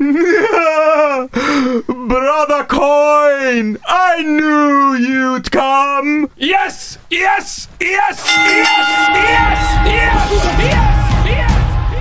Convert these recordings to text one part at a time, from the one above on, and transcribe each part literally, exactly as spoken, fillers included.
Brother Coin, I knew you'd come. Yes, yes, yes, yes, yes, yes, yes, yes.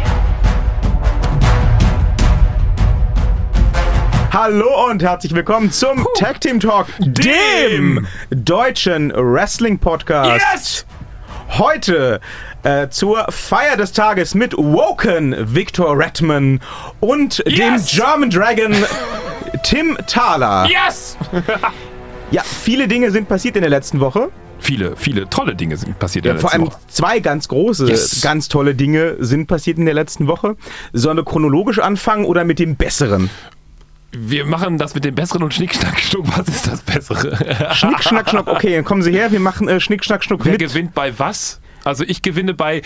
Hallo und herzlich willkommen zum Puh. Tag Team Talk, dem, dem deutschen Wrestling Podcast. Yes! Heute äh, zur Feier des Tages mit Woken Victor Redman und yes! dem German Dragon Tim Thaler. Yes! Ja, viele Dinge sind passiert in der letzten Woche. Viele, viele tolle Dinge sind passiert in ja, der letzten Woche. Vor allem zwei ganz große, yes. ganz tolle Dinge sind passiert in der letzten Woche. Sollen wir chronologisch anfangen oder mit dem Besseren? Wir machen das mit dem Besseren und Schnick, Schnack, Schnuck. Was ist das Bessere? Schnick, Schnack, Schnuck. Okay, dann kommen Sie her. Wir machen äh, Schnick, Schnack, Schnuck. Wer mit. gewinnt bei was? Also ich gewinne bei...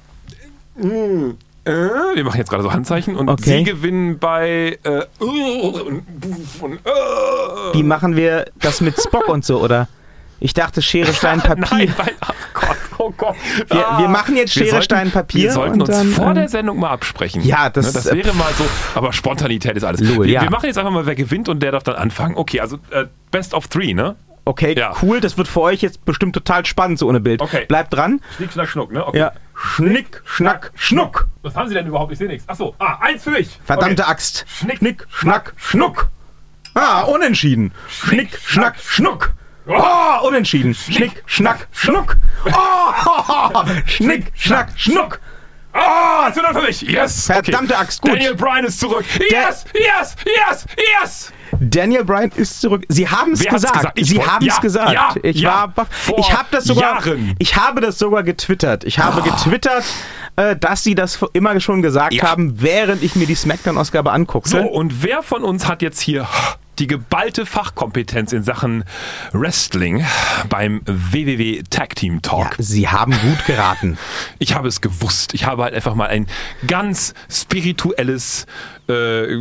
Mm, äh, wir machen jetzt gerade so Handzeichen. Und okay. Sie gewinnen bei... Äh, und, und, äh. Wie machen wir das mit Spock und so, oder? Ich dachte Schere, Stein, Papier. Nein, bei, oh Gott, oh Gott. Wir, ah, wir machen jetzt Schere, sollten, Stein, Papier. Wir sollten und uns dann, vor ähm, der Sendung mal absprechen. Ja, das, ne, das wäre äh, mal so, aber Spontanität ist alles. Lul, wir, ja. wir machen jetzt einfach mal, wer gewinnt und der darf dann anfangen. Okay, also äh, Best of Three, ne? Okay, ja. Cool, das wird für euch jetzt bestimmt total spannend, so ohne Bild. Okay. Bleibt dran. Schnick, Schnack, Schnuck, ne? Okay. Ja. Schnick, Schnack, Schnuck. Was haben Sie denn überhaupt? Ich sehe nichts. Achso, ah, eins für mich. Verdammte okay. Axt. Schnick, Schnick, Schnack, Schnuck. Ah, unentschieden. Schnick, Schnack, Schnuck. Oh, unentschieden. Schnick, Schnack, Schnuck. Oh, Schnick, Schnack, Schnuck. Ah, eins für mich. Yes. Verdammte okay. Axt, gut. Daniel Bryan ist zurück. Yes, yes, yes, yes. Daniel Bryan ist zurück. Sie haben es gesagt. gesagt. Sie wollt, haben es ja, gesagt. Ja, ich ja, war, ich habe das sogar, Jahren. ich habe das sogar getwittert. Ich habe oh. getwittert, äh, dass Sie das immer schon gesagt ja. haben, während ich mir die Smackdown-Ausgabe anguckte. So, und wer von uns hat jetzt hier die geballte Fachkompetenz in Sachen Wrestling beim W W W Tag Team Talk? Ja, Sie haben gut geraten. Ich habe es gewusst. Ich habe halt einfach mal ein ganz spirituelles, äh,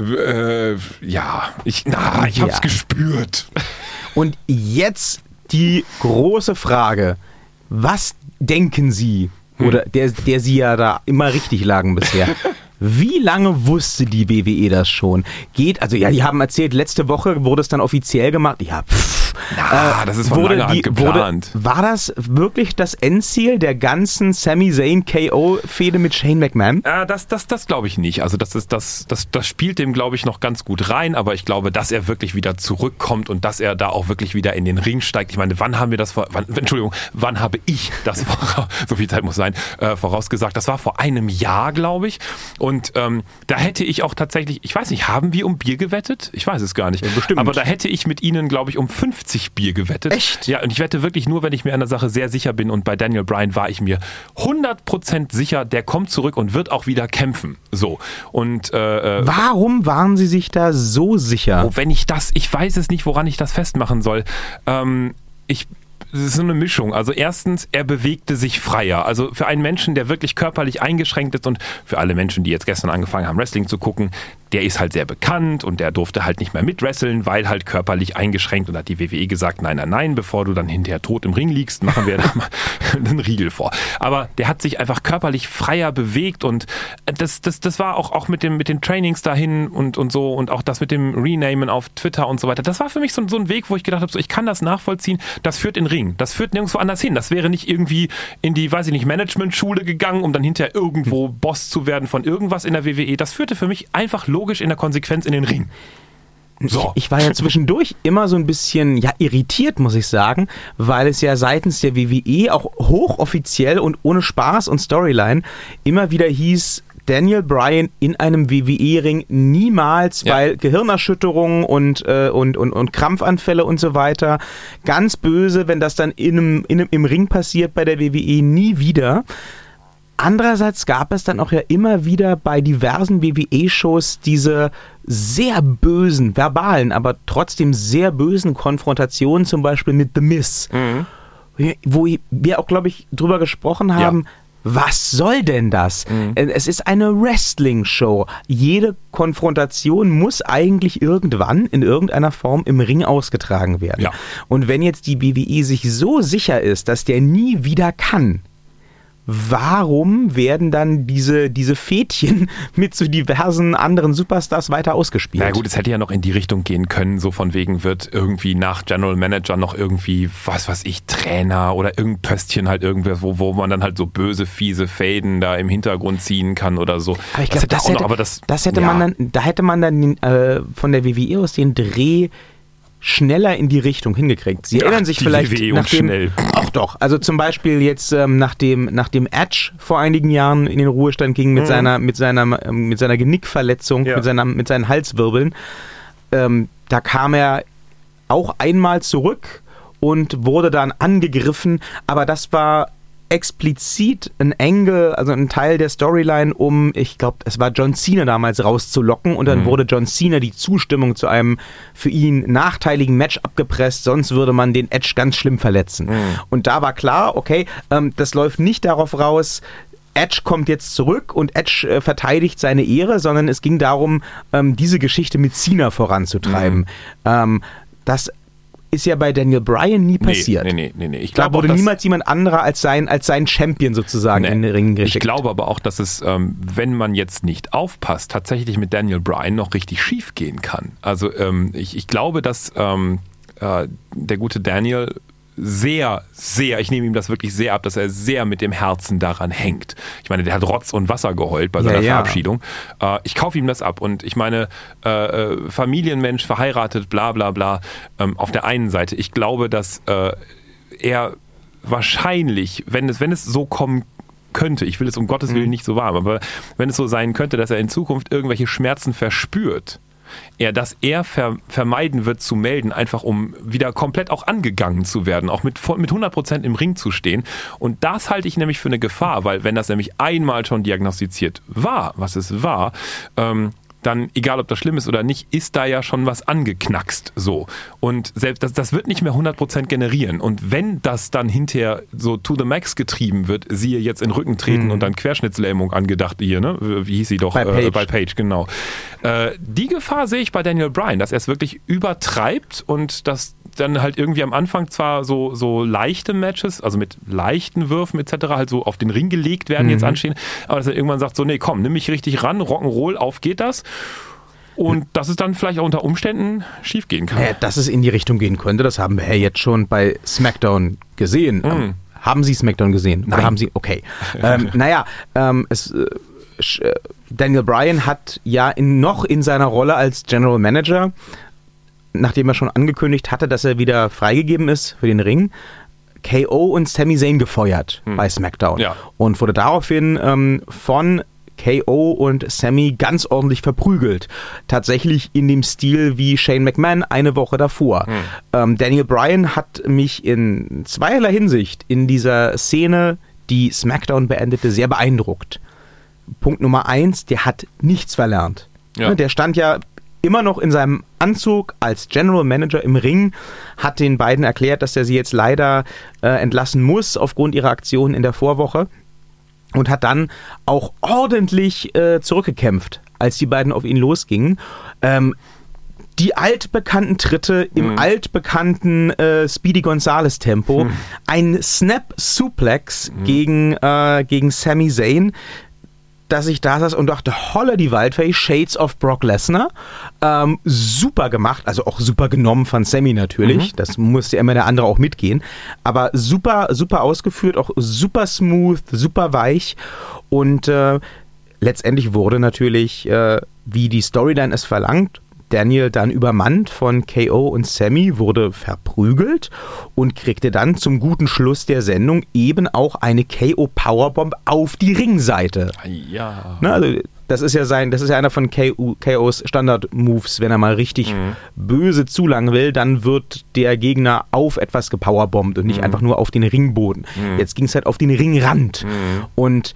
äh, ja, ich, na, ich habe es ja. gespürt. Und jetzt die große Frage: Was denken Sie, hm. oder der, der Sie ja da immer richtig lagen bisher? Wie lange wusste die W W E das schon? Geht, also ja, die haben erzählt, letzte Woche wurde es dann offiziell gemacht. Ja, pff. Na, äh, das ist von wurde langer Hand die, geplant. Wurde, war das wirklich das Endziel der ganzen Sami Zayn K O-Fehde mit Shane McMahon? Äh, das das, das glaube ich nicht. Also das, ist, das, das, das spielt dem, glaube ich, noch ganz gut rein. Aber ich glaube, dass er wirklich wieder zurückkommt und dass er da auch wirklich wieder in den Ring steigt. Ich meine, wann haben wir das vor... Wann, Entschuldigung, wann habe ich das vor... so viel Zeit muss sein, äh, vorausgesagt. Das war vor einem Jahr, glaube ich. Und Und ähm, da hätte ich auch tatsächlich, ich weiß nicht, haben wir um Bier gewettet? Ich weiß es gar nicht. Ja, bestimmt. Aber da hätte ich mit Ihnen, glaube ich, um fünfzig Bier gewettet. Echt? Ja, und ich wette wirklich nur, wenn ich mir an der Sache sehr sicher bin. Und bei Daniel Bryan war ich mir hundert Prozent sicher, der kommt zurück und wird auch wieder kämpfen. So. Und äh, warum waren Sie sich da so sicher? Oh, wenn ich das, ich weiß es nicht, woran ich das festmachen soll. Ähm, ich Es ist so eine Mischung. Also erstens, er bewegte sich freier. Also für einen Menschen, der wirklich körperlich eingeschränkt ist und für alle Menschen, die jetzt gestern angefangen haben, Wrestling zu gucken, der ist halt sehr bekannt und der durfte halt nicht mehr mitwresteln, weil halt körperlich eingeschränkt, und hat die W W E gesagt, nein, nein, nein, bevor du dann hinterher tot im Ring liegst, machen wir da mal einen Riegel vor. Aber der hat sich einfach körperlich freier bewegt und das, das, das war auch, auch mit, dem, mit den Trainings dahin und, und so und auch das mit dem Renamen auf Twitter und so weiter. Das war für mich so, so ein Weg, wo ich gedacht habe, so, ich kann das nachvollziehen, das führt in den Ring. Das führt nirgendwo anders hin. Das wäre nicht irgendwie in die, weiß ich nicht, Management-Schule gegangen, um dann hinterher irgendwo Boss zu werden von irgendwas in der W W E. Das führte für mich einfach logisch in der Konsequenz in den Ring. So. Ich, ich war ja zwischendurch immer so ein bisschen ja, irritiert, muss ich sagen, weil es ja seitens der W W E auch hochoffiziell und ohne Spaß und Storyline immer wieder hieß, Daniel Bryan in einem W W E-Ring niemals, ja. weil Gehirnerschütterungen und, äh, und, und, und Krampfanfälle und so weiter, ganz böse, wenn das dann in einem, in einem, im Ring passiert bei der W W E, nie wieder. Andererseits gab es dann auch ja immer wieder bei diversen W W E-Shows diese sehr bösen, verbalen, aber trotzdem sehr bösen Konfrontationen, zum Beispiel mit The Miz, mhm. wo wir auch, glaube ich, drüber gesprochen haben, ja. Was soll denn das? Mhm. Es ist eine Wrestling-Show. Jede Konfrontation muss eigentlich irgendwann in irgendeiner Form im Ring ausgetragen werden. Ja. Und wenn jetzt die W W E sich so sicher ist, dass der nie wieder kann, warum werden dann diese, diese Fädchen mit so diversen anderen Superstars weiter ausgespielt? Na gut, es hätte ja noch in die Richtung gehen können, so von wegen wird irgendwie nach General Manager noch irgendwie, was weiß ich, Trainer oder irgendein Pöstchen halt irgendwas, wo, wo man dann halt so böse, fiese Fäden da im Hintergrund ziehen kann oder so. Aber ich glaube, das, das, hätte, noch, aber das, das hätte ja. man dann, da hätte man dann äh, von der W W E aus den Dreh schneller in die Richtung hingekriegt. Sie Ach, erinnern sich vielleicht W W E nach dem, schnell. Ach doch, also zum Beispiel jetzt ähm, nach dem nach dem Edge vor einigen Jahren in den Ruhestand ging mit mhm. seiner mit seiner ähm, mit seiner Genickverletzung, ja. mit seiner mit seinen Halswirbeln. Ähm, da kam er auch einmal zurück und wurde dann angegriffen, aber das war explizit ein Angle, also ein Teil der Storyline, um, ich glaube, es war John Cena damals rauszulocken und dann mhm. wurde John Cena die Zustimmung zu einem für ihn nachteiligen Match abgepresst, sonst würde man den Edge ganz schlimm verletzen. Mhm. Und da war klar, okay, ähm, das läuft nicht darauf raus, Edge kommt jetzt zurück und Edge äh, verteidigt seine Ehre, sondern es ging darum, ähm, diese Geschichte mit Cena voranzutreiben. Mhm. Ähm, das ist ja bei Daniel Bryan nie passiert. Nee, nee, nee. nee. Ich da wurde auch, niemals jemand anderer als sein, als sein Champion sozusagen nee, in den Ring geschickt. Ich glaube aber auch, dass es, ähm, wenn man jetzt nicht aufpasst, tatsächlich mit Daniel Bryan noch richtig schief gehen kann. Also ähm, ich, ich glaube, dass ähm, äh, der gute Daniel sehr, sehr, ich nehme ihm das wirklich sehr ab, dass er sehr mit dem Herzen daran hängt. Ich meine, der hat Rotz und Wasser geheult bei seiner ja, ja. Verabschiedung. Äh, ich kaufe ihm das ab und ich meine, äh, Familienmensch, verheiratet, bla bla bla, ähm, auf der einen Seite. Ich glaube, dass äh, er wahrscheinlich, wenn es, wenn es so kommen könnte, ich will es um Gottes Willen nicht so wahr, aber wenn es so sein könnte, dass er in Zukunft irgendwelche Schmerzen verspürt, er, dass er ver, vermeiden wird zu melden, einfach um wieder komplett auch angegangen zu werden, auch mit, mit hundert Prozent im Ring zu stehen. Und das halte ich nämlich für eine Gefahr, weil wenn das nämlich einmal schon diagnostiziert war, was es war, ähm, dann, egal ob das schlimm ist oder nicht, ist da ja schon was angeknackst. So. Und selbst das, das wird nicht mehr hundert Prozent generieren. Und wenn das dann hinterher so to the max getrieben wird, siehe jetzt in Rücken treten mhm. und dann Querschnittslähmung angedacht hier, ne? Wie hieß sie doch? Bei Page. Äh, bei Page, genau. Äh, die Gefahr sehe ich bei Daniel Bryan, dass er es wirklich übertreibt und dass dann halt irgendwie am Anfang zwar so, so leichte Matches, also mit leichten Würfen et cetera halt so auf den Ring gelegt werden, mhm. jetzt anstehen, aber dass er irgendwann sagt so, nee, komm, nimm mich richtig ran, Rock'n'Roll, auf geht das. Und dass es dann vielleicht auch unter Umständen schief gehen kann. Naja, dass es in die Richtung gehen könnte, das haben wir ja jetzt schon bei SmackDown gesehen. Mhm. Ähm, haben Sie SmackDown gesehen? Nein. Oder haben Sie? Okay. ähm, naja, ähm, es, äh, Daniel Bryan hat ja in, noch in seiner Rolle als General Manager, nachdem er schon angekündigt hatte, dass er wieder freigegeben ist für den Ring, K O und Sami Zayn gefeuert hm. bei SmackDown. Ja. Und wurde daraufhin ähm, von K O und Sami ganz ordentlich verprügelt. Tatsächlich in dem Stil wie Shane McMahon eine Woche davor. Hm. Ähm, Daniel Bryan hat mich in zweierlei Hinsicht in dieser Szene, die SmackDown beendete, sehr beeindruckt. Punkt Nummer eins, der hat nichts verlernt. Ja. Der stand ja immer noch in seinem Anzug als General Manager im Ring, hat den beiden erklärt, dass er sie jetzt leider äh, entlassen muss aufgrund ihrer Aktion in der Vorwoche und hat dann auch ordentlich äh, zurückgekämpft, als die beiden auf ihn losgingen. Ähm, die altbekannten Tritte im mhm. altbekannten äh, Speedy Gonzales Tempo, mhm. ein Snap Suplex mhm. gegen, äh, gegen Sami Zayn, dass ich da saß und dachte, holla die Waldfee, Shades of Brock Lesnar. Ähm, super gemacht, also auch super genommen von Sami natürlich. Mhm. Das musste immer der andere auch mitgehen. Aber super, super ausgeführt, auch super smooth, super weich. Und äh, letztendlich wurde natürlich, äh, wie die Storyline es verlangt, Daniel dann übermannt von K O und Sami, wurde verprügelt und kriegte dann zum guten Schluss der Sendung eben auch eine K O Powerbomb auf die Ringseite. Ja. Na, also das ist ja sein, das ist ja einer von K Os Standard-Moves, wenn er mal richtig mhm. böse zulangen will, dann wird der Gegner auf etwas gepowerbombt und nicht mhm. einfach nur auf den Ringboden. Mhm. Jetzt ging es halt auf den Ringrand. Mhm. Und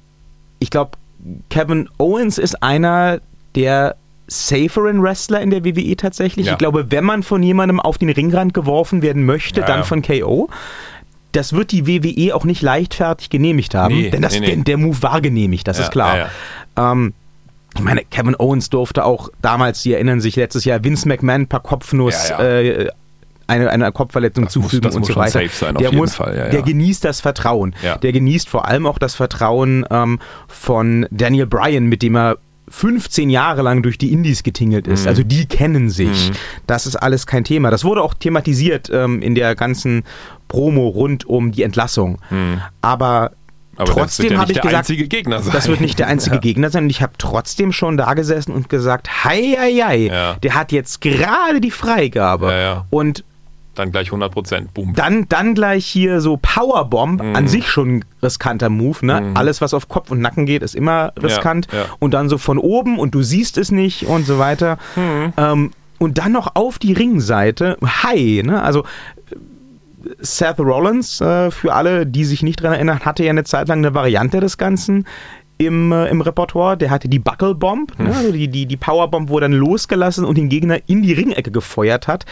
ich glaube, Kevin Owens ist einer der saferen Wrestler in der W W E tatsächlich. Ja. Ich glaube, wenn man von jemandem auf den Ringrand geworfen werden möchte, ja, dann ja. von K O. Das wird die W W E auch nicht leichtfertig genehmigt haben, nee, denn das, nee, nee. der Move war genehmigt, das ja, ist klar. Ja, ja. Ähm, ich meine, Kevin Owens durfte auch damals, Sie erinnern sich, letztes Jahr Vince McMahon per Kopfnuss ja, ja. Äh, eine, eine Kopfverletzung das muss, zufügen das und muss so schon weiter. Safe sein, auf der jeden muss, Fall. Ja, der ja. genießt das Vertrauen. Ja. Der genießt vor allem auch das Vertrauen ähm, von Daniel Bryan, mit dem er fünfzehn Jahre lang durch die Indies getingelt ist. Mhm. Also die kennen sich. Mhm. Das ist alles kein Thema. Das wurde auch thematisiert ähm, in der ganzen Promo rund um die Entlassung. Mhm. Aber Aber trotzdem habe ich der gesagt, einzige Gegner sein. das wird nicht der einzige ja. Gegner sein. Und ich habe trotzdem schon da gesessen und gesagt, hei, hei, hei, ja. der hat jetzt gerade die Freigabe. Ja, ja. Und dann gleich hundert Prozent, boom. Dann, dann gleich hier so Powerbomb, mhm. an sich schon ein riskanter Move. Ne? Mhm. Alles, was auf Kopf und Nacken geht, ist immer riskant. Ja, ja. Und dann so von oben und du siehst es nicht und so weiter. Mhm. Ähm, und dann noch auf die Ringseite, hi, ne? Also Seth Rollins, äh, für alle, die sich nicht dran erinnern, hatte ja eine Zeit lang eine Variante des Ganzen im, äh, im Repertoire. Der hatte die Buckle Bomb, hm. ne? Also die, die, die Powerbomb wurde dann losgelassen und den Gegner in die Ringecke gefeuert hat.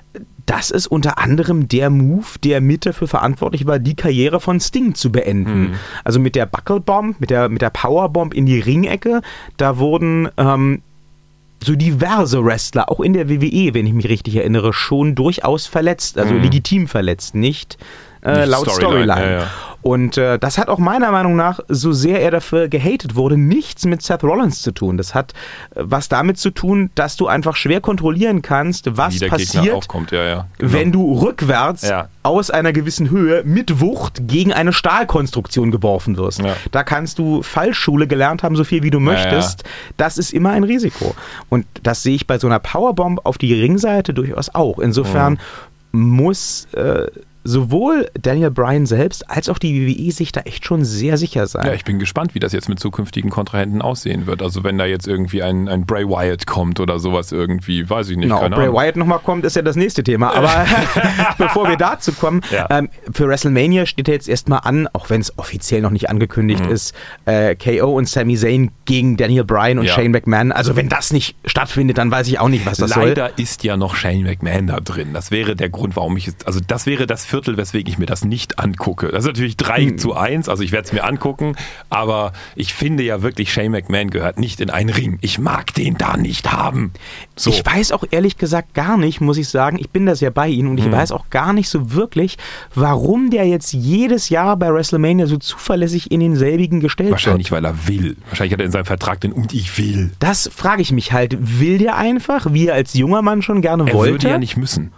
Das ist unter anderem der Move, der mit dafür verantwortlich war, die Karriere von Sting zu beenden. Hm. Also mit der Buckle Bomb, mit der, mit der Powerbomb in die Ringecke, da wurden ähm, so diverse Wrestler, auch in der W W E, wenn ich mich richtig erinnere, schon durchaus verletzt, also mhm. legitim verletzt, nicht, äh, nicht laut Storyline. Storyline. Ja, ja. Und äh, das hat auch meiner Meinung nach, so sehr er dafür gehatet wurde, nichts mit Seth Rollins zu tun. Das hat äh, was damit zu tun, dass du einfach schwer kontrollieren kannst, was Wie der passiert, Gegner aufkommt. Ja, ja. Genau. wenn du rückwärts ja. aus einer gewissen Höhe mit Wucht gegen eine Stahlkonstruktion geworfen wirst. Ja. Da kannst du Fallschule gelernt haben, so viel wie du möchtest. Ja, ja. Das ist immer ein Risiko. Und das sehe ich bei so einer Powerbomb auf die Ringseite durchaus auch. Insofern mhm. muss äh, sowohl Daniel Bryan selbst als auch die W W E sich da echt schon sehr sicher sein. Ja, ich bin gespannt, wie das jetzt mit zukünftigen Kontrahenten aussehen wird. Also wenn da jetzt irgendwie ein, ein Bray Wyatt kommt oder sowas irgendwie, weiß ich nicht. Genau, keine Bray Ahnung. Wyatt nochmal kommt, ist ja das nächste Thema. Aber bevor wir dazu kommen, ja. ähm, für WrestleMania steht ja jetzt erstmal an, auch wenn es offiziell noch nicht angekündigt mhm. ist, äh, K O und Sami Zayn gegen Daniel Bryan und ja. Shane McMahon. Also wenn das nicht stattfindet, dann weiß ich auch nicht, was das Leider soll. Leider ist ja noch Shane McMahon da drin. Das wäre der Grund, warum ich es, also das wäre das Viertel, weswegen ich mir das nicht angucke. Das ist natürlich drei hm. zu eins, also ich werde es mir angucken, aber ich finde ja wirklich, Shane McMahon gehört nicht in einen Ring. Ich mag den da nicht haben. So. Ich weiß auch ehrlich gesagt gar nicht, muss ich sagen, ich bin das ja bei Ihnen und ich hm. weiß auch gar nicht so wirklich, warum der jetzt jedes Jahr bei WrestleMania so zuverlässig in denselbigen gestellt Wahrscheinlich, wird. Wahrscheinlich, weil er will. Wahrscheinlich hat er in seinem Vertrag den und ich will. Das frage ich mich halt. Will der einfach, wie er als junger Mann schon gerne er wollte? Er würde ja nicht müssen.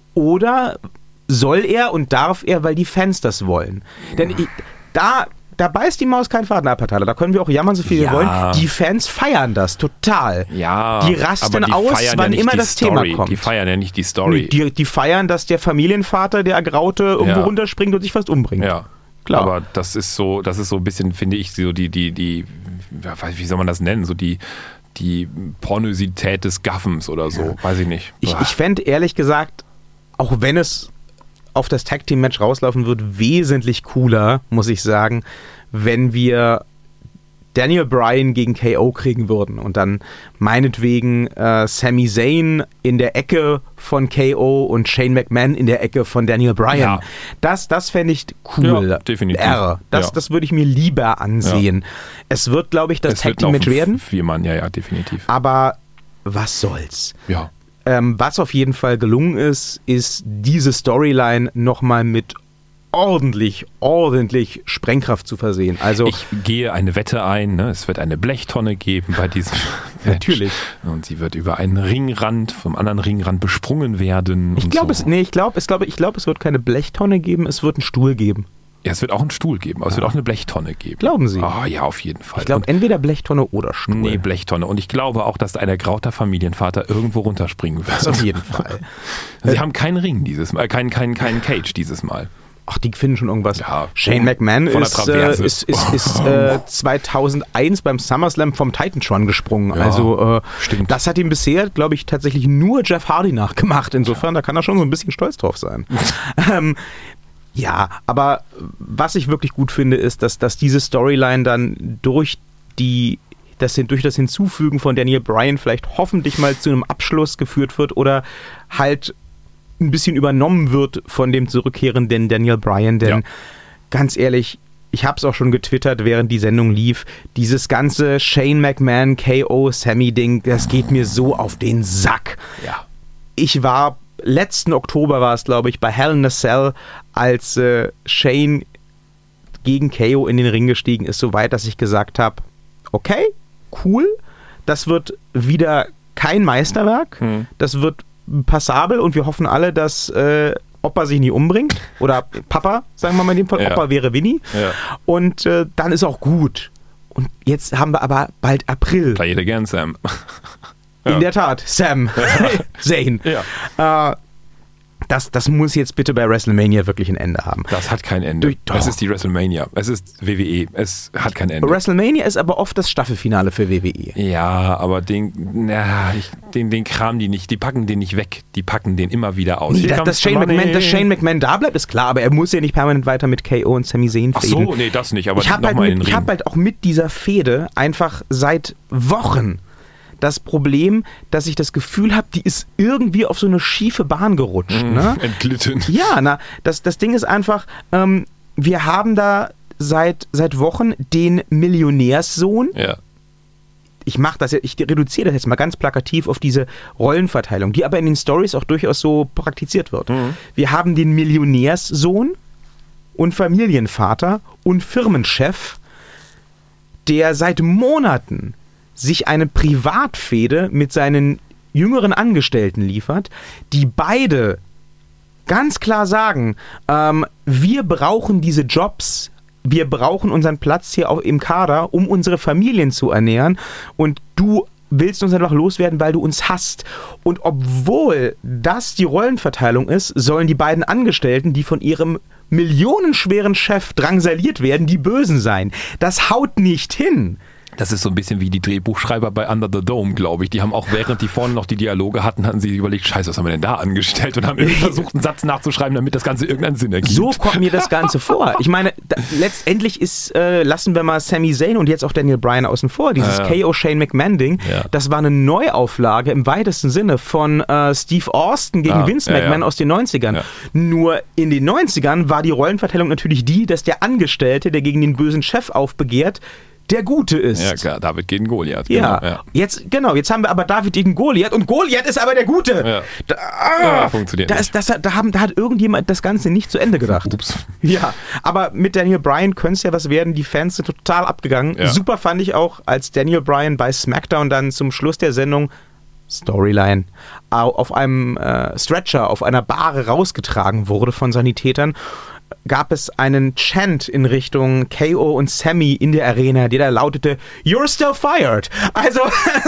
Oder soll er und darf er, weil die Fans das wollen? Denn ich, da, da beißt die Maus keinen Faden ab, Herr Thaler. Da können wir auch jammern, so viel ja. wir wollen. Die Fans feiern das total. Ja, die rasten die aus, wann ja immer das Story. Thema kommt. Die feiern ja nicht die Story. Nee, die, die feiern, dass der Familienvater, der Ergraute, irgendwo ja. runterspringt und sich fast umbringt. Ja. Klar. Aber das ist so, das ist so ein bisschen, finde ich, so die, die, die, wie soll man das nennen? So die, die Pornosität des Gaffens oder so. Ja. Weiß ich nicht. Ich, ich fände ehrlich gesagt, auch wenn es auf das Tag-Team-Match rauslaufen wird, wesentlich cooler, muss ich sagen, wenn wir Daniel Bryan gegen K O kriegen würden und dann meinetwegen äh, Sami Zayn in der Ecke von K O und Shane McMahon in der Ecke von Daniel Bryan. Ja. Das, das fände ich cool. Ja, definitiv. R. Das, ja. das würde ich mir lieber ansehen. Ja. Es wird, glaube ich, das Tag-Team-Match werden. Vier Mann, ja, ja, definitiv. Aber was soll's? Ja. Ähm, was auf jeden Fall gelungen ist, ist diese Storyline nochmal mit ordentlich, ordentlich Sprengkraft zu versehen. Also ich gehe eine Wette ein, ne? Es wird eine Blechtonne geben bei diesem natürlich. Und sie wird über einen Ringrand, vom anderen Ringrand besprungen werden. Ich glaube so. es, nee, ich glaube, ich glaube, ich glaube, es wird keine Blechtonne geben, es wird einen Stuhl geben. Ja, es wird auch einen Stuhl geben, aber ja. es wird auch eine Blechtonne geben. Glauben Sie? Ah, ja, auf jeden Fall. Ich glaube, entweder Blechtonne oder Stuhl. Nee, Blechtonne. Und ich glaube auch, dass ein ergrauter Familienvater irgendwo runterspringen wird. Das auf jeden Fall. Sie äh, haben keinen Ring dieses Mal, keinen kein, kein Cage dieses Mal. Ach, die finden schon irgendwas. Ja, Shane McMahon von ist, äh, ist, ist, ist äh, zweitausendeins beim SummerSlam vom Titantron gesprungen. Ja, also äh, stimmt. Das hat ihm bisher, glaube ich, tatsächlich nur Jeff Hardy nachgemacht. Insofern, ja. da kann er schon so ein bisschen stolz drauf sein. ähm, Ja, aber was ich wirklich gut finde, ist, dass, dass diese Storyline dann durch die, das, durch das Hinzufügen von Daniel Bryan vielleicht hoffentlich mal zu einem Abschluss geführt wird oder halt ein bisschen übernommen wird von dem zurückkehrenden Daniel Bryan, denn ja. ganz ehrlich, ich habe es auch schon getwittert, während die Sendung lief, dieses ganze Shane McMahon, K O, Sami-Ding, das geht mir so auf den Sack. Ja. Ich war letzten Oktober war es, glaube ich, bei Hell in a Cell, als äh, Shane gegen K O in den Ring gestiegen ist, so weit, dass ich gesagt habe, okay, cool, das wird wieder kein Meisterwerk, hm. das wird passabel und wir hoffen alle, dass äh, Opa sich nie umbringt oder Papa, sagen wir mal in dem Fall, ja. Opa wäre Winnie ja. und äh, dann ist auch gut. Und jetzt haben wir aber bald April. Da jeder gern Sam. In ja. der Tat, Sam. Zane. Ja. Äh, das, das muss jetzt bitte bei WrestleMania wirklich ein Ende haben. Das hat kein Ende. Durch, es ist die WrestleMania. Es ist W W E. Es hat kein Ende. WrestleMania ist aber oft das Staffelfinale für W W E. Ja, aber den, na, ich, den, den Kram die nicht, die packen den nicht weg. Die packen den immer wieder aus. Nee, dass, dass, Shane McMahon, dass Shane McMahon da bleibt, ist klar, aber er muss ja nicht permanent weiter mit K O und Sami Zayn Ach so, nee, das nicht, aber ich habe halt, mit, ich hab halt auch mit dieser Fehde einfach seit Wochen das Problem, dass ich das Gefühl habe, die ist irgendwie auf so eine schiefe Bahn gerutscht. Mm, ne? Entglitten. Ja, na, das, das Ding ist einfach, ähm, wir haben da seit, seit Wochen den Millionärssohn. Ja. Ich mache das, ich reduziere das jetzt mal ganz plakativ auf diese Rollenverteilung, die aber in den Stories auch durchaus so praktiziert wird. Mhm. Wir haben den Millionärssohn und Familienvater und Firmenchef, der seit Monaten sich eine Privatfehde mit seinen jüngeren Angestellten liefert, die beide ganz klar sagen, ähm, wir brauchen diese Jobs, wir brauchen unseren Platz hier auch im Kader, um unsere Familien zu ernähren und du willst uns einfach loswerden, weil du uns hasst. Und obwohl das die Rollenverteilung ist, sollen die beiden Angestellten, die von ihrem millionenschweren Chef drangsaliert werden, die Bösen sein. Das haut nicht hin. Das ist so ein bisschen wie die Drehbuchschreiber bei Under the Dome, glaube ich. Die haben auch, während die vorne noch die Dialoge hatten, hatten sie sich überlegt, scheiße, was haben wir denn da angestellt? Und haben irgendwie versucht, einen Satz nachzuschreiben, damit das Ganze irgendeinen Sinn ergibt. So kommt mir das Ganze vor. Ich meine, da, letztendlich ist, äh, lassen wir mal Sami Zayn und jetzt auch Daniel Bryan außen vor, dieses ja, ja. K O Shane McMahon-Ding, ja. das war eine Neuauflage im weitesten Sinne von äh, Steve Austin gegen ja, Vince McMahon ja, ja. aus den neunzigern. Ja. Nur in den neunzigern war die Rollenverteilung natürlich die, dass der Angestellte, der gegen den bösen Chef aufbegehrt, der Gute ist. Ja klar, David gegen Goliath. Ja, genau, ja. Jetzt, genau, jetzt haben wir aber David gegen Goliath und Goliath ist aber der Gute. Ja. Da, ah, ja, funktioniert da, ist, das, da, haben, da hat irgendjemand das Ganze nicht zu Ende gedacht. Ups. Ja, aber mit Daniel Bryan könnte es ja was werden. Die Fans sind total abgegangen. Ja. Super fand ich auch, als Daniel Bryan bei SmackDown dann zum Schluss der Sendung Storyline auf einem äh, Stretcher, auf einer Bahre rausgetragen wurde von Sanitätern, gab es einen Chant in Richtung K O und Sami in der Arena, der da lautete, "You're still fired." Also,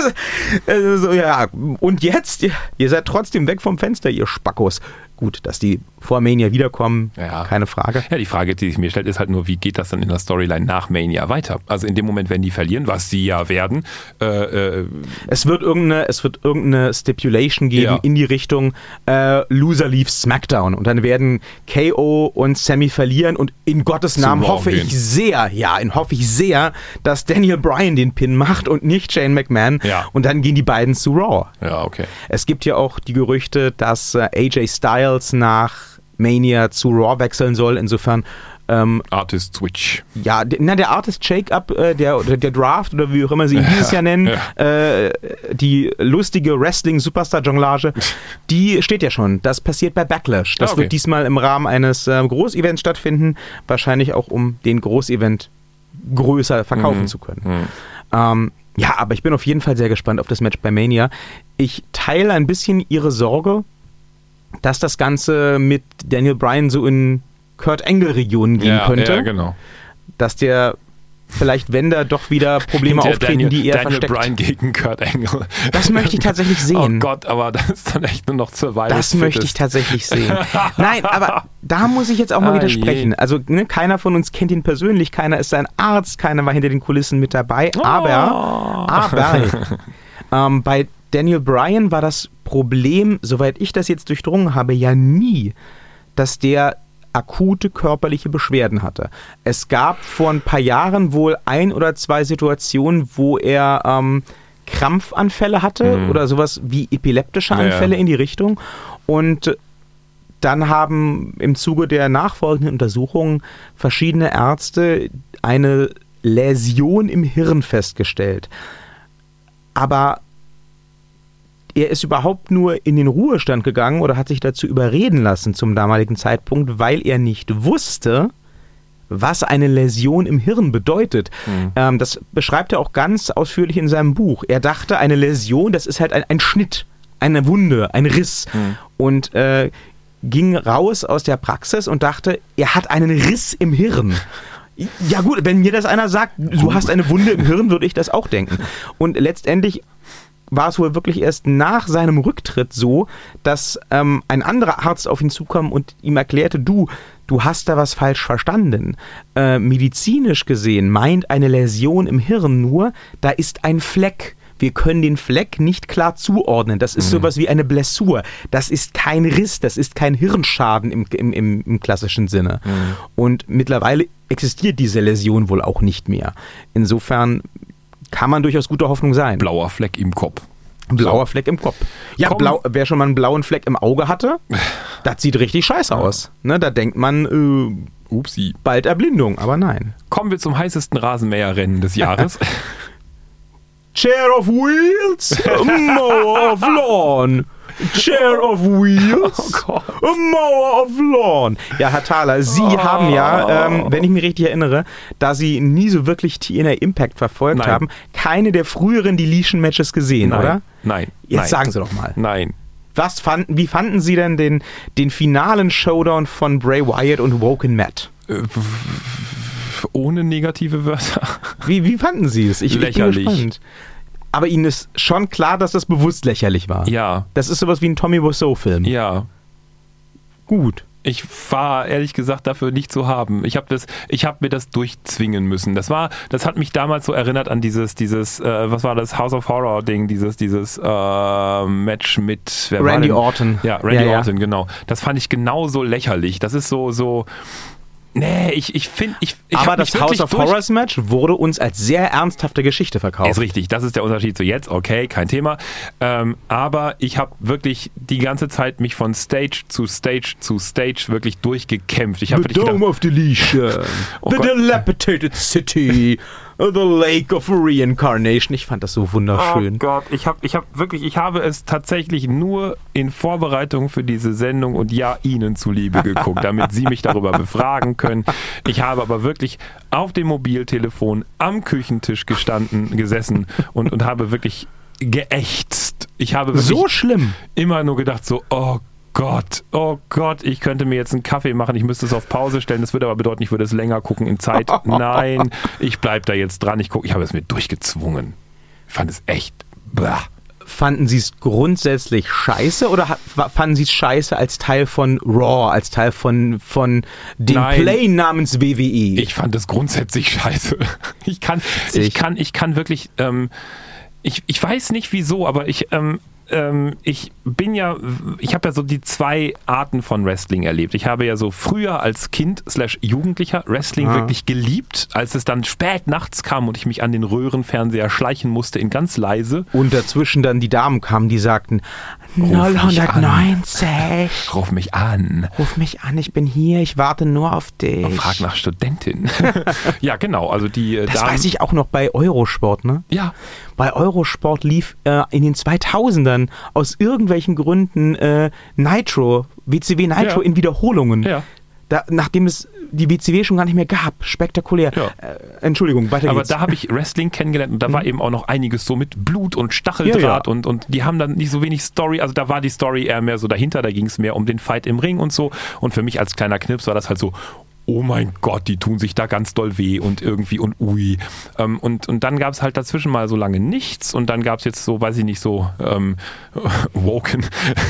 also ja, und jetzt, ihr, ihr seid trotzdem weg vom Fenster, ihr Spackos. Gut, dass die vor Mania wiederkommen, ja. keine Frage. Ja, die Frage, die sich mir stellt, ist halt nur, wie geht das dann in der Storyline nach Mania weiter? Also in dem Moment, wenn die verlieren, was sie ja werden. Äh, äh, es wird irgendeine, es wird irgendeine Stipulation geben ja. in die Richtung äh, Loser leaves SmackDown und dann werden K O und Sami verlieren und in Gottes Namen hoffe ich sehr, ja, in hoffe ich sehr, dass Daniel Bryan den Pin macht und nicht Shane McMahon ja. und dann gehen die beiden zu Raw. Ja, okay. Es gibt ja auch die Gerüchte, dass äh, A J Styles nach Mania zu Raw wechseln soll. Insofern ähm, Artist Switch. Ja, na, der Artist Shake-Up, äh, der, der Draft oder wie auch immer sie ihn dieses Jahr nennen, ja. äh, die lustige Wrestling-Superstar-Jonglage, die steht ja schon. Das passiert bei Backlash. Das ah, okay. wird diesmal im Rahmen eines äh, Großevents stattfinden. Wahrscheinlich auch, um den Großevent größer verkaufen mhm. zu können. Mhm. Ähm, ja, aber ich bin auf jeden Fall sehr gespannt auf das Match bei Mania. Ich teile ein bisschen ihre Sorge, dass das Ganze mit Daniel Bryan so in Kurt Angle-Regionen gehen ja, könnte. Ja, genau. Dass der vielleicht, wenn da doch wieder Probleme der auftreten, Daniel, die er Daniel versteckt. Bryan gegen Kurt Angle. Das möchte ich tatsächlich sehen. Oh Gott, aber das ist dann echt nur noch Survival. Das möchte ich tatsächlich sehen. Nein, aber da muss ich jetzt auch mal ah, widersprechen. Je. Also ne, keiner von uns kennt ihn persönlich, keiner ist sein Arzt, keiner war hinter den Kulissen mit dabei. Oh. Aber, aber ähm, bei Daniel Bryan war das Problem, soweit ich das jetzt durchdrungen habe, ja nie, dass der akute körperliche Beschwerden hatte. Es gab vor ein paar Jahren wohl ein oder zwei Situationen, wo er ähm, Krampfanfälle hatte mhm. oder sowas wie epileptische Anfälle ja. in die Richtung. Und dann haben im Zuge der nachfolgenden Untersuchungen verschiedene Ärzte eine Läsion im Hirn festgestellt. Aber er ist überhaupt nur in den Ruhestand gegangen oder hat sich dazu überreden lassen zum damaligen Zeitpunkt, weil er nicht wusste, was eine Läsion im Hirn bedeutet. Mhm. Ähm, das beschreibt er auch ganz ausführlich in seinem Buch. Er dachte, eine Läsion, das ist halt ein, ein Schnitt, eine Wunde, ein Riss. Mhm. Und äh, ging raus aus der Praxis und dachte, er hat einen Riss im Hirn. Ja gut, wenn mir das einer sagt, du hast eine Wunde im Hirn, würde ich das auch denken. Und letztendlich war es wohl wirklich erst nach seinem Rücktritt so, dass ähm, ein anderer Arzt auf ihn zukam und ihm erklärte, du, du hast da was falsch verstanden. Äh, medizinisch gesehen meint eine Läsion im Hirn nur, da ist ein Fleck. Wir können den Fleck nicht klar zuordnen. Das ist mhm. sowas wie eine Blessur. Das ist kein Riss, das ist kein Hirnschaden im, im, im, im klassischen Sinne. Mhm. Und mittlerweile existiert diese Läsion wohl auch nicht mehr. Insofern kann man durchaus guter Hoffnung sein. Blauer Fleck im Kopf. Blauer Fleck im Kopf. Ja, blau, wer schon mal einen blauen Fleck im Auge hatte, das sieht richtig scheiße aus. Ne, da denkt man, äh, Upsi. Bald Erblindung, aber nein. Kommen wir zum heißesten Rasenmäherrennen des Jahres. Chair of Wheels, a mower of lawn. Chair of Wheels, oh a mower of lawn. Ja, Herr Thaler, Sie oh. haben ja, ähm, wenn ich mich richtig erinnere, da Sie nie so wirklich T N A Impact verfolgt Nein. haben, keine der früheren Deletion-Matches gesehen, Nein. oder? Nein. Jetzt Nein. sagen Sie doch mal. Nein. Was fanden, wie fanden Sie denn den, den finalen Showdown von Bray Wyatt und Woken Matt? Äh, ohne negative Wörter. Wie, wie fanden Sie es? Ich, Lächerlich. ich bin gespannt. Aber Ihnen ist schon klar, dass das bewusst lächerlich war. Ja. Das ist sowas wie ein Tommy Wiseau-Film. Ja. Gut. Ich war ehrlich gesagt dafür nicht zu haben. Ich habe das, ich habe mir das durchzwingen müssen. Das war, das hat mich damals so erinnert an dieses, dieses, äh, was war das House of Horror Ding, dieses, dieses äh, Match mit wer Randy war Orton. Ja, Randy ja, Orton, ja. genau. Das fand ich genauso lächerlich. Das ist so, so. Nee, ich, ich finde, ich, ich Aber das House of Horrors Match wurde uns als sehr ernsthafte Geschichte verkauft. Ist richtig, das ist der Unterschied zu jetzt, okay, kein Thema. Ähm, aber ich habe wirklich die ganze Zeit mich von Stage zu Stage zu Stage wirklich durchgekämpft. Ich The Dome gedacht, of Deletion, oh the Gott. Dilapidated City, the Lake of Reincarnation. Ich fand das so wunderschön. Oh Gott, ich habe ich hab wirklich, ich habe es tatsächlich nur in Vorbereitung für diese Sendung und ja, Ihnen zuliebe geguckt, damit Sie mich darüber befragen können. Ich habe aber wirklich auf dem Mobiltelefon am Küchentisch gestanden, gesessen und, und habe wirklich geächtzt. Ich habe wirklich so schlimm. Immer nur gedacht so, oh Gott, oh Gott, ich könnte mir jetzt einen Kaffee machen, ich müsste es auf Pause stellen, das würde aber bedeuten, ich würde es länger gucken in Zeit. Nein, ich bleibe da jetzt dran, ich gucke, ich habe es mir durchgezwungen. Ich fand es echt, bah. Fanden Sie es grundsätzlich scheiße oder fanden Sie es scheiße als Teil von Raw, als Teil von, von dem Nein. Play namens W W E? Ich fand es grundsätzlich scheiße. Ich kann, ich kann, ich kann wirklich, ähm, ich, ich weiß nicht wieso, aber ich, ähm, ähm, ich bin ja, ich habe ja so die zwei Arten von Wrestling erlebt. Ich habe ja so früher als Kind slash Jugendlicher Wrestling ah. wirklich geliebt, als es dann spät nachts kam und ich mich an den Röhrenfernseher schleichen musste in ganz leise. Und dazwischen dann die Damen kamen, die sagten, null neunzig. Ruf mich an. Ruf mich an, ich bin hier, ich warte nur auf dich. Und frag nach Studentin. Ja, genau. Also die Das Damen, weiß ich auch noch bei Eurosport, ne? Ja. Bei Eurosport lief äh, in den zweitausendern aus irgendwelchen Gründen äh, Nitro, W C W Nitro ja. in Wiederholungen. Ja. Da, nachdem es die W C W schon gar nicht mehr gab. Spektakulär. Ja. Äh, Entschuldigung, weiter Aber geht's. da habe ich Wrestling kennengelernt und da mhm. war eben auch noch einiges so mit Blut und Stacheldraht ja, ja. Und, und die haben dann nicht so wenig Story, also da war die Story eher mehr so dahinter, da ging es mehr um den Fight im Ring und so und für mich als kleiner Knips war das halt so, oh mein Gott, die tun sich da ganz doll weh und irgendwie und ui. Ähm, und, und dann gab es halt dazwischen mal so lange nichts und dann gab es jetzt so, weiß ich nicht, so ähm, Woken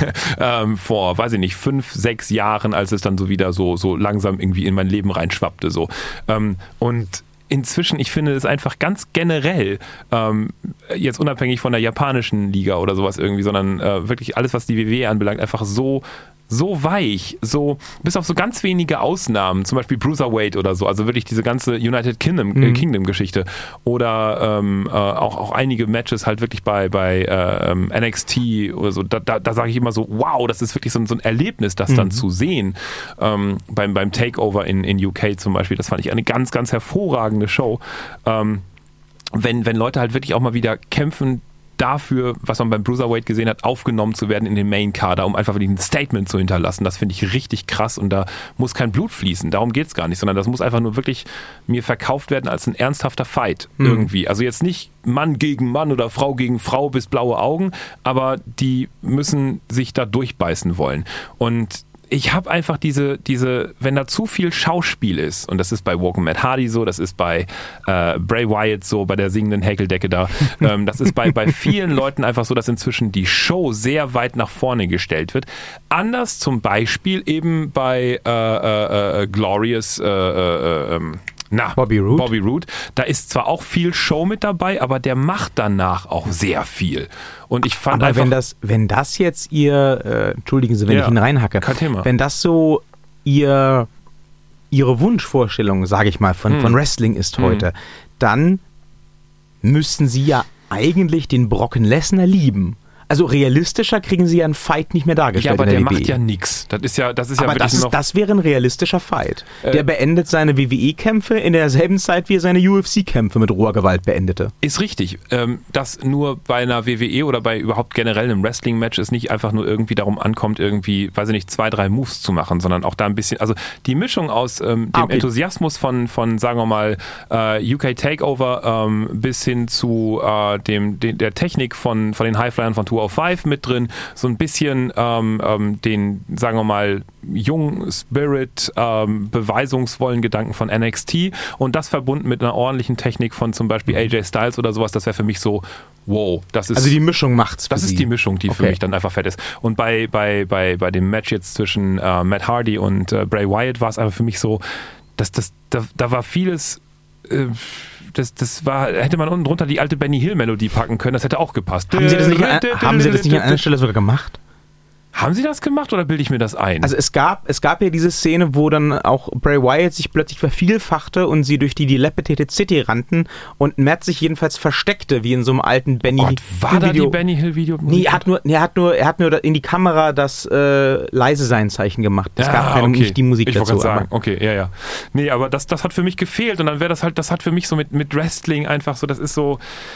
ähm, vor, weiß ich nicht, fünf, sechs Jahren, als es dann so wieder so, so langsam irgendwie in mein Leben reinschwappte. So. Ähm, und inzwischen, ich finde es einfach ganz generell, ähm, jetzt unabhängig von der japanischen Liga oder sowas irgendwie, sondern äh, wirklich alles, was die W W E anbelangt, einfach so so weich, so bis auf so ganz wenige Ausnahmen, zum Beispiel Bruiserweight oder so, also wirklich diese ganze United Kingdom, mhm. äh, Kingdom Geschichte oder ähm, äh, auch, auch einige Matches halt wirklich bei, bei äh, N X T oder so, da, da, da sage ich immer so, wow, das ist wirklich so ein, so ein Erlebnis, das mhm. dann zu sehen. Ähm, beim, beim Takeover in, in U K zum Beispiel, das fand ich eine ganz, ganz hervorragende Show. Ähm, wenn, wenn Leute halt wirklich auch mal wieder kämpfen, dafür, was man beim Bruiserweight gesehen hat, aufgenommen zu werden in den Main-Kader, um einfach ein Statement zu hinterlassen. Das finde ich richtig krass und da muss kein Blut fließen. Darum geht es gar nicht, sondern das muss einfach nur wirklich mir verkauft werden als ein ernsthafter Fight mhm. irgendwie. Also jetzt nicht Mann gegen Mann oder Frau gegen Frau bis blaue Augen, aber die müssen sich da durchbeißen wollen. Und ich habe einfach diese, diese, wenn da zu viel Schauspiel ist, und das ist bei Walking Matt Hardy so, das ist bei äh, Bray Wyatt so, bei der singenden Häkeldecke da, ähm, das ist bei, bei vielen Leuten einfach so, dass inzwischen die Show sehr weit nach vorne gestellt wird. Anders zum Beispiel eben bei äh, äh, äh, Glorious äh, äh, äh, Na, Bobby Roode. Bobby Roode. Da ist zwar auch viel Show mit dabei, aber der macht danach auch sehr viel. Und ich fand aber einfach... wenn das, wenn das jetzt ihr, äh, entschuldigen Sie, wenn ja, ich ihn reinhacke, kein Thema. Wenn das so ihr, Ihre Wunschvorstellung, sage ich mal, von, hm. von Wrestling ist heute, hm. dann müssten Sie ja eigentlich den Brocken Lesnar lieben. Also realistischer kriegen sie ja einen Fight nicht mehr dargestellt. Ja, aber in der der W W E. macht ja nichts. Das ist ja, das ist ja aber wirklich das, ist, noch das wäre ein realistischer Fight. Äh, der beendet seine W W E-Kämpfe in derselben Zeit, wie er seine U F C-Kämpfe mit roher Gewalt beendete. Ist richtig. Ähm, dass nur bei einer W W E oder bei überhaupt generell einem Wrestling-Match es nicht einfach nur irgendwie darum ankommt, irgendwie, weiß ich nicht, zwei, drei Moves zu machen, sondern auch da ein bisschen, also die Mischung aus ähm, dem ah, okay. Enthusiasmus von, von, sagen wir mal, äh, U K Takeover ähm, bis hin zu äh, dem, den, der Technik von, von den Highflyern von zweihundertfünf mit drin, so ein bisschen ähm, ähm, den, sagen wir mal, jungen Spirit, ähm, beweisungsvollen Gedanken von N X T und das verbunden mit einer ordentlichen Technik von zum Beispiel A J Styles oder sowas, das wäre für mich so, wow, das ist... Also die Mischung macht's für Das ist Sie. die Mischung, die okay. für mich dann einfach fett ist. Und bei, bei, bei, bei dem Match jetzt zwischen äh, Matt Hardy und äh, Bray Wyatt war es einfach für mich so, dass das, da, da war vieles... Äh, Das, das war, hätte man unten drunter die alte Benny Hill Melodie packen können, das hätte auch gepasst. Haben Sie das nicht an, haben Sie das nicht an einer Stelle sogar gemacht? Haben Sie das gemacht oder bilde ich mir das ein? Also es gab, es gab ja diese Szene, wo dann auch Bray Wyatt sich plötzlich vervielfachte und sie durch die Dilapidated City rannten und Matt sich jedenfalls versteckte, wie in so einem alten Benny Hill Gott, war da die Benny Hill Video? Nee, er hat nur, er hat nur, er hat nur in die Kamera das äh, leise sein Zeichen gemacht. Es ja, gab keine, okay. nicht die Musik ich dazu. Ich sagen, okay, ja, ja. Nee, aber das, das hat für mich gefehlt und dann wäre das halt, das hat für mich so mit, mit Wrestling einfach so, das ist so,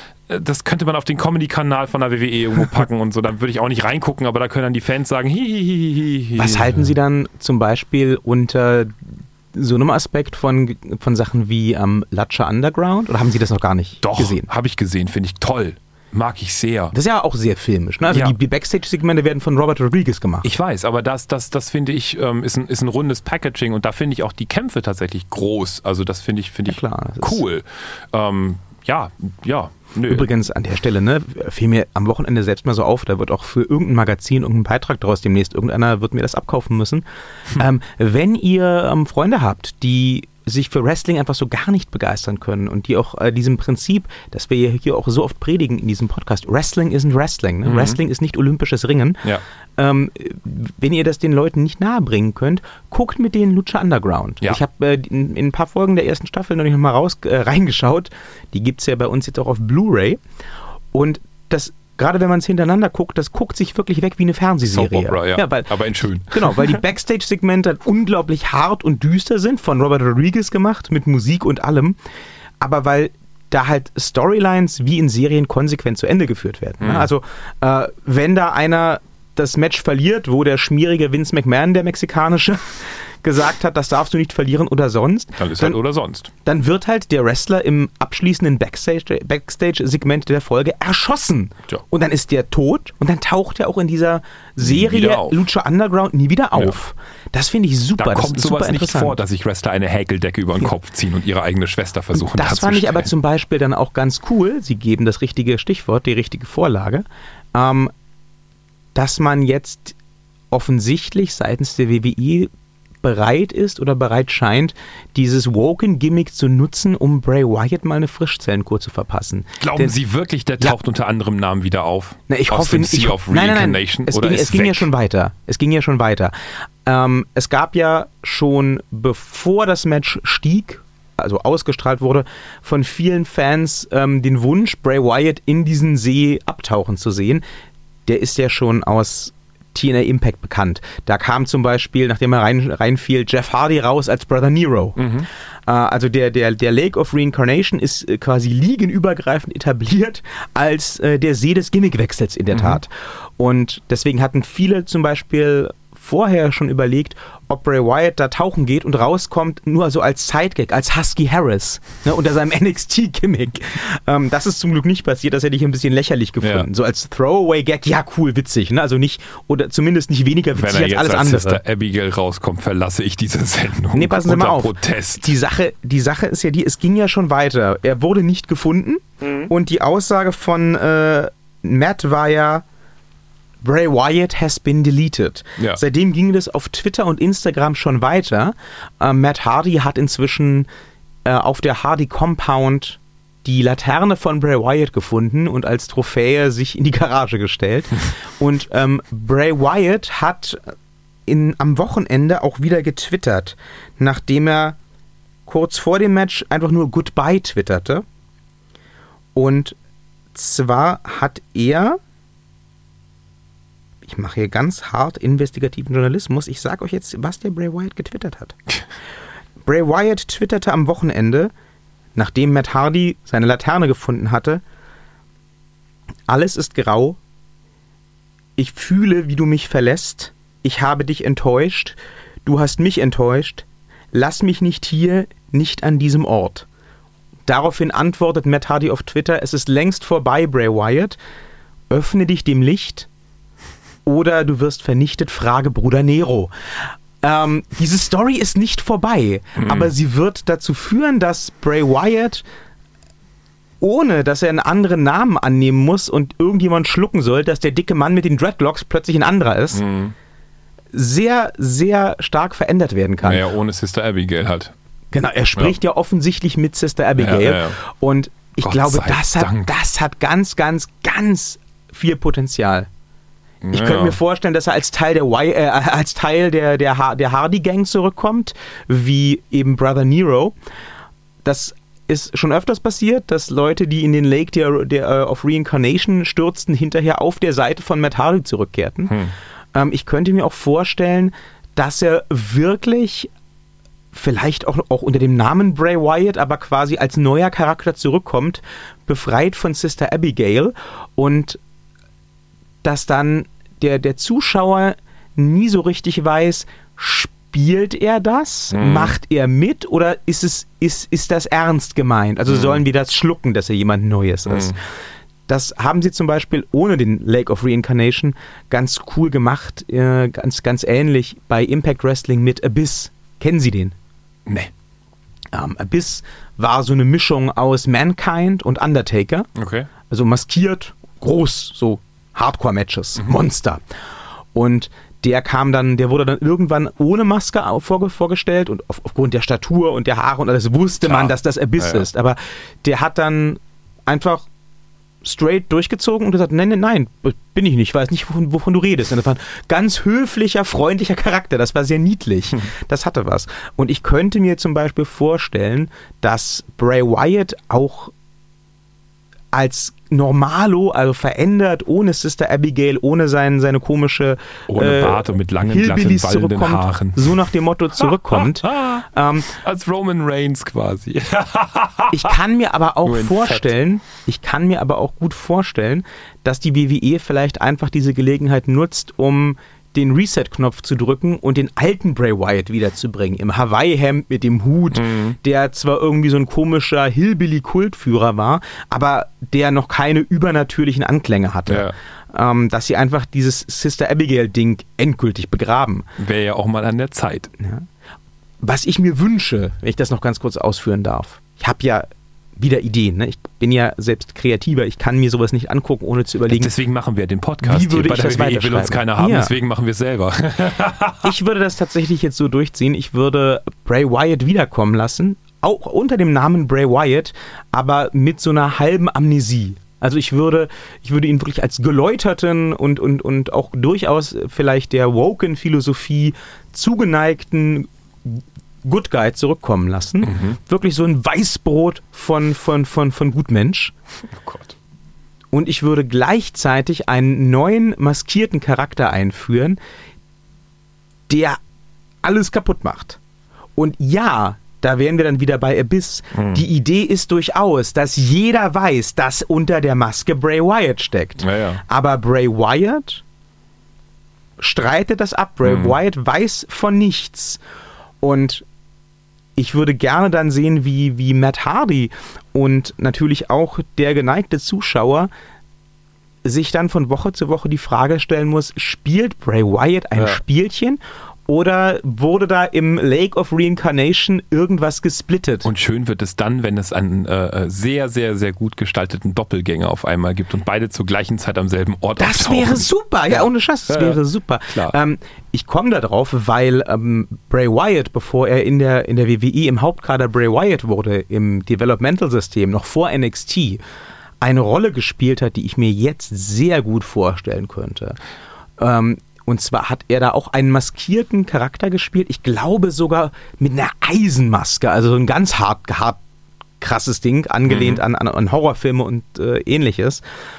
das könnte man auf den Comedy-Kanal von der W W E irgendwo packen und so, dann würde ich auch nicht reingucken, aber da können dann die Fans sagen, hihihihi. Was halten Sie dann zum Beispiel unter so einem Aspekt von, von Sachen wie ähm, Lucha Underground? Oder haben Sie das noch gar nicht Doch, gesehen? Doch, habe ich gesehen, finde ich toll. Mag ich sehr. Das ist ja auch sehr filmisch. Ne? Also ja. die, die Backstage-Segmente werden von Robert Rodriguez gemacht. Ich weiß, aber das, das, das finde ich, ähm, ist, ein, ist ein rundes Packaging und da finde ich auch die Kämpfe tatsächlich groß. Also das finde ich, find ich ja, klar, cool. Ähm, ja, ja. Nö. Übrigens an der Stelle, ne, fiel mir am Wochenende selbst mal so auf, da wird auch für irgendein Magazin irgendein Beitrag draus demnächst, irgendeiner wird mir das abkaufen müssen. Hm. Ähm, wenn ihr ähm, Freunde habt, die sich für Wrestling einfach so gar nicht begeistern können und die auch äh, diesem Prinzip, das wir hier auch so oft predigen in diesem Podcast, Wrestling isn't Wrestling. Ne? Mhm. Wrestling ist nicht olympisches Ringen. Ja. Ähm, wenn ihr das den Leuten nicht nahebringen könnt, guckt mit denen Lucha Underground. Ja. Ich habe äh, in, in ein paar Folgen der ersten Staffel noch nicht mal raus äh, reingeschaut. Die gibt es ja bei uns jetzt auch auf Blu-ray. Und das gerade wenn man es hintereinander guckt, das guckt sich wirklich weg wie eine Fernsehserie. Soap Opera, ja. Ja, weil, aber in schön. Genau, weil die Backstage-Segmente unglaublich hart und düster sind, von Robert Rodriguez gemacht, mit Musik und allem. Aber weil da halt Storylines wie in Serien konsequent zu Ende geführt werden. Mhm. Also äh, wenn da einer das Match verliert, wo der schmierige Vince McMahon, der mexikanische, gesagt hat, das darfst du nicht verlieren oder sonst. Dann ist dann, halt oder sonst. Dann wird halt der Wrestler im abschließenden Backstage, Backstage-Segment der Folge erschossen. Tja. Und dann ist der tot und dann taucht er auch in dieser Serie Lucha Underground nie wieder auf. Ja. Das finde ich super. Da kommt das sowas nicht vor, dass sich Wrestler eine Häkeldecke über den ja. Kopf ziehen und ihre eigene Schwester versuchen Das fand ich aber zum Beispiel dann auch ganz cool. Sie geben das richtige Stichwort, die richtige Vorlage. Ähm, dass man jetzt offensichtlich seitens der W W E bereit ist oder bereit scheint, dieses Woken-Gimmick zu nutzen, um Bray Wyatt mal eine Frischzellenkur zu verpassen. Glauben Denn, Sie wirklich, der taucht ja. unter anderem Namen wieder auf? Na, ich Aus hoffe nicht. Sea of Reincarnation? Es, oder ging, es ging ja schon weiter. Es ging ja schon weiter. Ähm, es gab ja schon, bevor das Match stieg, also ausgestrahlt wurde, von vielen Fans ähm, den Wunsch, Bray Wyatt in diesen See abtauchen zu sehen. Der ist ja schon aus T N A Impact bekannt. Da kam zum Beispiel, nachdem er rein, reinfiel, Jeff Hardy raus als Brother Nero. Mhm. Äh, also der, der, der Lake of Reincarnation ist äh, quasi liegenübergreifend etabliert als äh, der See des Gimmickwechsels in der mhm. Tat. Und deswegen hatten viele zum Beispiel vorher schon überlegt, ob Bray Wyatt da tauchen geht und rauskommt, nur so als Sidegag, als Husky Harris, ne, unter seinem N X T-Gimmick. Ähm, das ist zum Glück nicht passiert, das hätte ich ein bisschen lächerlich gefunden. Ja. So als Throwaway-Gag, ja cool, witzig, ne? Also nicht, oder zumindest nicht weniger witzig als alles andere. Wenn er jetzt als Sister Abigail rauskommt, verlasse ich diese Sendung. Nee, passen Sie mal auf. Protest. Die Sache, die Sache ist ja die, es ging ja schon weiter. Er wurde nicht gefunden mhm. und die Aussage von äh, Matt war ja, Bray Wyatt has been deleted. Ja. Seitdem ging das auf Twitter und Instagram schon weiter. Äh, Matt Hardy hat inzwischen äh, auf der Hardy Compound die Laterne von Bray Wyatt gefunden und als Trophäe sich in die Garage gestellt. und ähm, Bray Wyatt hat in, am Wochenende auch wieder getwittert, nachdem er kurz vor dem Match einfach nur Goodbye twitterte. Und zwar hat er... Ich mache hier ganz hart investigativen Journalismus. Ich sage euch jetzt, was der Bray Wyatt getwittert hat. Bray Wyatt twitterte am Wochenende, nachdem Matt Hardy seine Laterne gefunden hatte: Alles ist grau. Ich fühle, wie du mich verlässt. Ich habe dich enttäuscht. Du hast mich enttäuscht. Lass mich nicht hier, nicht an diesem Ort. Daraufhin antwortet Matt Hardy auf Twitter: Es ist längst vorbei, Bray Wyatt. Öffne dich dem Licht. Oder du wirst vernichtet, frage Bruder Nero. Ähm, diese Story ist nicht vorbei, mhm. aber sie wird dazu führen, dass Bray Wyatt, ohne dass er einen anderen Namen annehmen muss und irgendjemand schlucken soll, dass der dicke Mann mit den Dreadlocks plötzlich ein anderer ist, mhm. sehr, sehr stark verändert werden kann. Naja, ohne Sister Abigail halt. Genau, er spricht ja, ja offensichtlich mit Sister Abigail. Ja, ja, ja. Und ich Gott glaube, das hat, das hat ganz, ganz, ganz viel Potenzial. Ich ja. könnte mir vorstellen, dass er als Teil der y, äh, als Teil der, der, ha- der Hardy-Gang zurückkommt, wie eben Brother Nero. Das ist schon öfters passiert, dass Leute, die in den Lake der, der, uh, of Reincarnation stürzten, hinterher auf der Seite von Matt Hardy zurückkehrten. Hm. Ähm, ich könnte mir auch vorstellen, dass er wirklich vielleicht auch, auch unter dem Namen Bray Wyatt, aber quasi als neuer Charakter zurückkommt, befreit von Sister Abigail, und dass dann der, der Zuschauer nie so richtig weiß, spielt er das? Mhm. Macht er mit? Oder ist es, ist, ist das ernst gemeint? Also mhm. sollen wir das schlucken, dass er jemand Neues ist? Mhm. Das haben sie zum Beispiel ohne den Lake of Reincarnation ganz cool gemacht, äh, ganz, ganz ähnlich bei Impact Wrestling mit Abyss. Kennen Sie den? Nee. Ähm, Abyss war so eine Mischung aus Mankind und Undertaker. Okay. Also maskiert, groß, so Hardcore-Matches, mhm. Monster. Und der kam dann, der wurde dann irgendwann ohne Maske vorge- vorgestellt und auf, aufgrund der Statur und der Haare und alles wusste Klar. man, dass das Abyss ja, ja. ist. Aber der hat dann einfach straight durchgezogen und gesagt, nein, nein, nein, bin ich nicht, ich weiß nicht, wovon, wovon du redest. Und das war ein ganz höflicher, freundlicher Charakter, das war sehr niedlich. Hm. Das hatte was. Und ich könnte mir zum Beispiel vorstellen, dass Bray Wyatt auch als Normalo, also verändert, ohne Sister Abigail, ohne sein, seine komische ohne Bart und mit langen, glatten, wallenden Haaren. So nach dem Motto zurückkommt. ähm, als Roman Reigns quasi. Ich kann mir aber auch vorstellen, Fett. ich kann mir aber auch gut vorstellen, dass die W W E vielleicht einfach diese Gelegenheit nutzt, um den Reset-Knopf zu drücken und den alten Bray Wyatt wiederzubringen. Im Hawaii-Hemd mit dem Hut, mhm. der zwar irgendwie so ein komischer Hillbilly-Kultführer war, aber der noch keine übernatürlichen Anklänge hatte. Ja. Ähm, dass sie einfach dieses Sister Abigail-Ding endgültig begraben. Wäre ja auch mal an der Zeit. Ja. Was ich mir wünsche, wenn ich das noch ganz kurz ausführen darf. Ich habe ja wieder Ideen. Ne? Ich bin ja selbst kreativer. Ich kann mir sowas nicht angucken, ohne zu überlegen. Deswegen machen wir den Podcast. Wie würde hier. ich Bei der das W W E will uns keiner haben, ja. deswegen machen wir es selber. Ich würde das tatsächlich jetzt so durchziehen. Ich würde Bray Wyatt wiederkommen lassen, auch unter dem Namen Bray Wyatt, aber mit so einer halben Amnesie. Also ich würde, ich würde ihn wirklich als geläuterten und, und, und auch durchaus vielleicht der Woken-Philosophie zugeneigten Good Guy zurückkommen lassen. Mhm. Wirklich so ein Weißbrot von, von, von, von Gutmensch. Oh Gott. Und ich würde gleichzeitig einen neuen maskierten Charakter einführen, der alles kaputt macht. Und ja, da wären wir dann wieder bei Abyss. Mhm. Die Idee ist durchaus, dass jeder weiß, dass unter der Maske Bray Wyatt steckt. Ja, ja. Aber Bray Wyatt streitet das ab. Bray mhm. Wyatt weiß von nichts. Und ich würde gerne dann sehen, wie, wie Matt Hardy und natürlich auch der geneigte Zuschauer sich dann von Woche zu Woche die Frage stellen muss, spielt Bray Wyatt ein ja. Spielchen oder wurde da im Lake of Reincarnation irgendwas gesplittet? Und schön wird es dann, wenn es einen äh, sehr, sehr, sehr gut gestalteten Doppelgänger auf einmal gibt und beide zur gleichen Zeit am selben Ort das auftauchen. Das wäre super, ja, ohne Scheiß, das ja, wäre super. Ähm, ich komme da drauf, weil ähm, Bray Wyatt, bevor er in der, in der W W E im Hauptkader Bray Wyatt wurde, im Developmental-System, noch vor N X T, eine Rolle gespielt hat, die ich mir jetzt sehr gut vorstellen könnte. Ähm, Und zwar hat er da auch einen maskierten Charakter gespielt. Ich glaube sogar mit einer Eisenmaske. Also so ein ganz hart, hart krasses Ding, angelehnt mhm. an, an, an Horrorfilme und äh, ähnliches.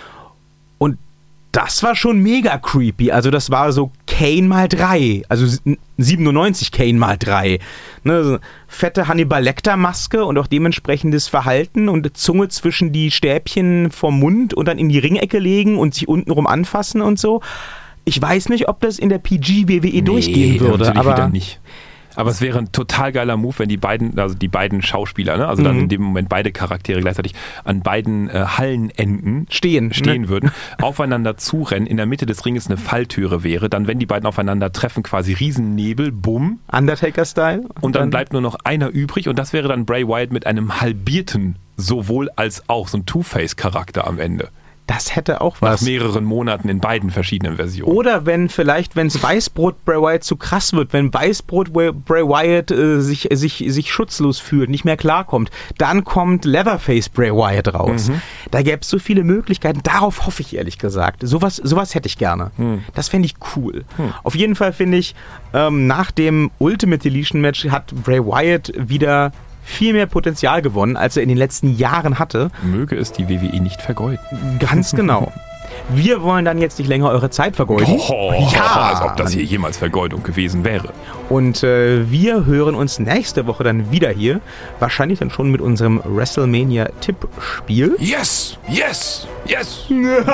Und das war schon mega creepy. Also das war so Kane mal drei. Also siebenundneunzig Kane mal drei. Ne, so fette Hannibal-Lecter-Maske und auch dementsprechendes Verhalten und Zunge zwischen die Stäbchen vom Mund und dann in die Ringecke legen und sich untenrum anfassen und so. Ich weiß nicht, ob das in der P G W W E nee, durchgehen würde. Natürlich aber wieder nicht. Aber es wäre ein total geiler Move, wenn die beiden, also die beiden Schauspieler, ne, also mhm. dann in dem Moment beide Charaktere gleichzeitig an beiden äh, Hallenenden stehen, stehen ne? würden, aufeinander zurennen, in der Mitte des Ringes eine Falltüre wäre, dann wenn die beiden aufeinander treffen, quasi Riesennebel, bumm. Undertaker-Style. Und, und dann, dann bleibt nur noch einer übrig und das wäre dann Bray Wyatt mit einem halbierten, sowohl als auch so ein Two-Face-Charakter am Ende. Das hätte auch was. Nach mehreren Monaten in beiden verschiedenen Versionen. Oder wenn vielleicht, wenn es Weißbrot Bray Wyatt zu krass wird, wenn Weißbrot Bray Wyatt äh, sich, sich, sich schutzlos fühlt, nicht mehr klarkommt, dann kommt Leatherface Bray Wyatt raus. Mhm. Da gäbe es so viele Möglichkeiten. Darauf hoffe ich ehrlich gesagt. Sowas, sowas hätte ich gerne. Mhm. Das fände ich cool. Mhm. Auf jeden Fall finde ich, ähm, nach dem Ultimate Deletion Match hat Bray Wyatt wieder viel mehr Potenzial gewonnen, als er in den letzten Jahren hatte. Möge es die W W E nicht vergeuden. Ganz genau. Wir wollen dann jetzt nicht länger eure Zeit vergeuden. Oh, ja, als ob das hier jemals Vergeudung gewesen wäre. Und äh, wir hören uns nächste Woche dann wieder hier. Wahrscheinlich dann schon mit unserem WrestleMania-Tippspiel. Yes, yes, yes.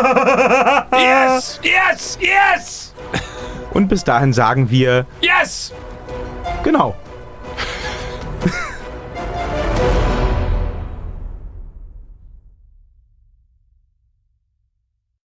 yes, yes, yes. Und bis dahin sagen wir... Yes. Genau.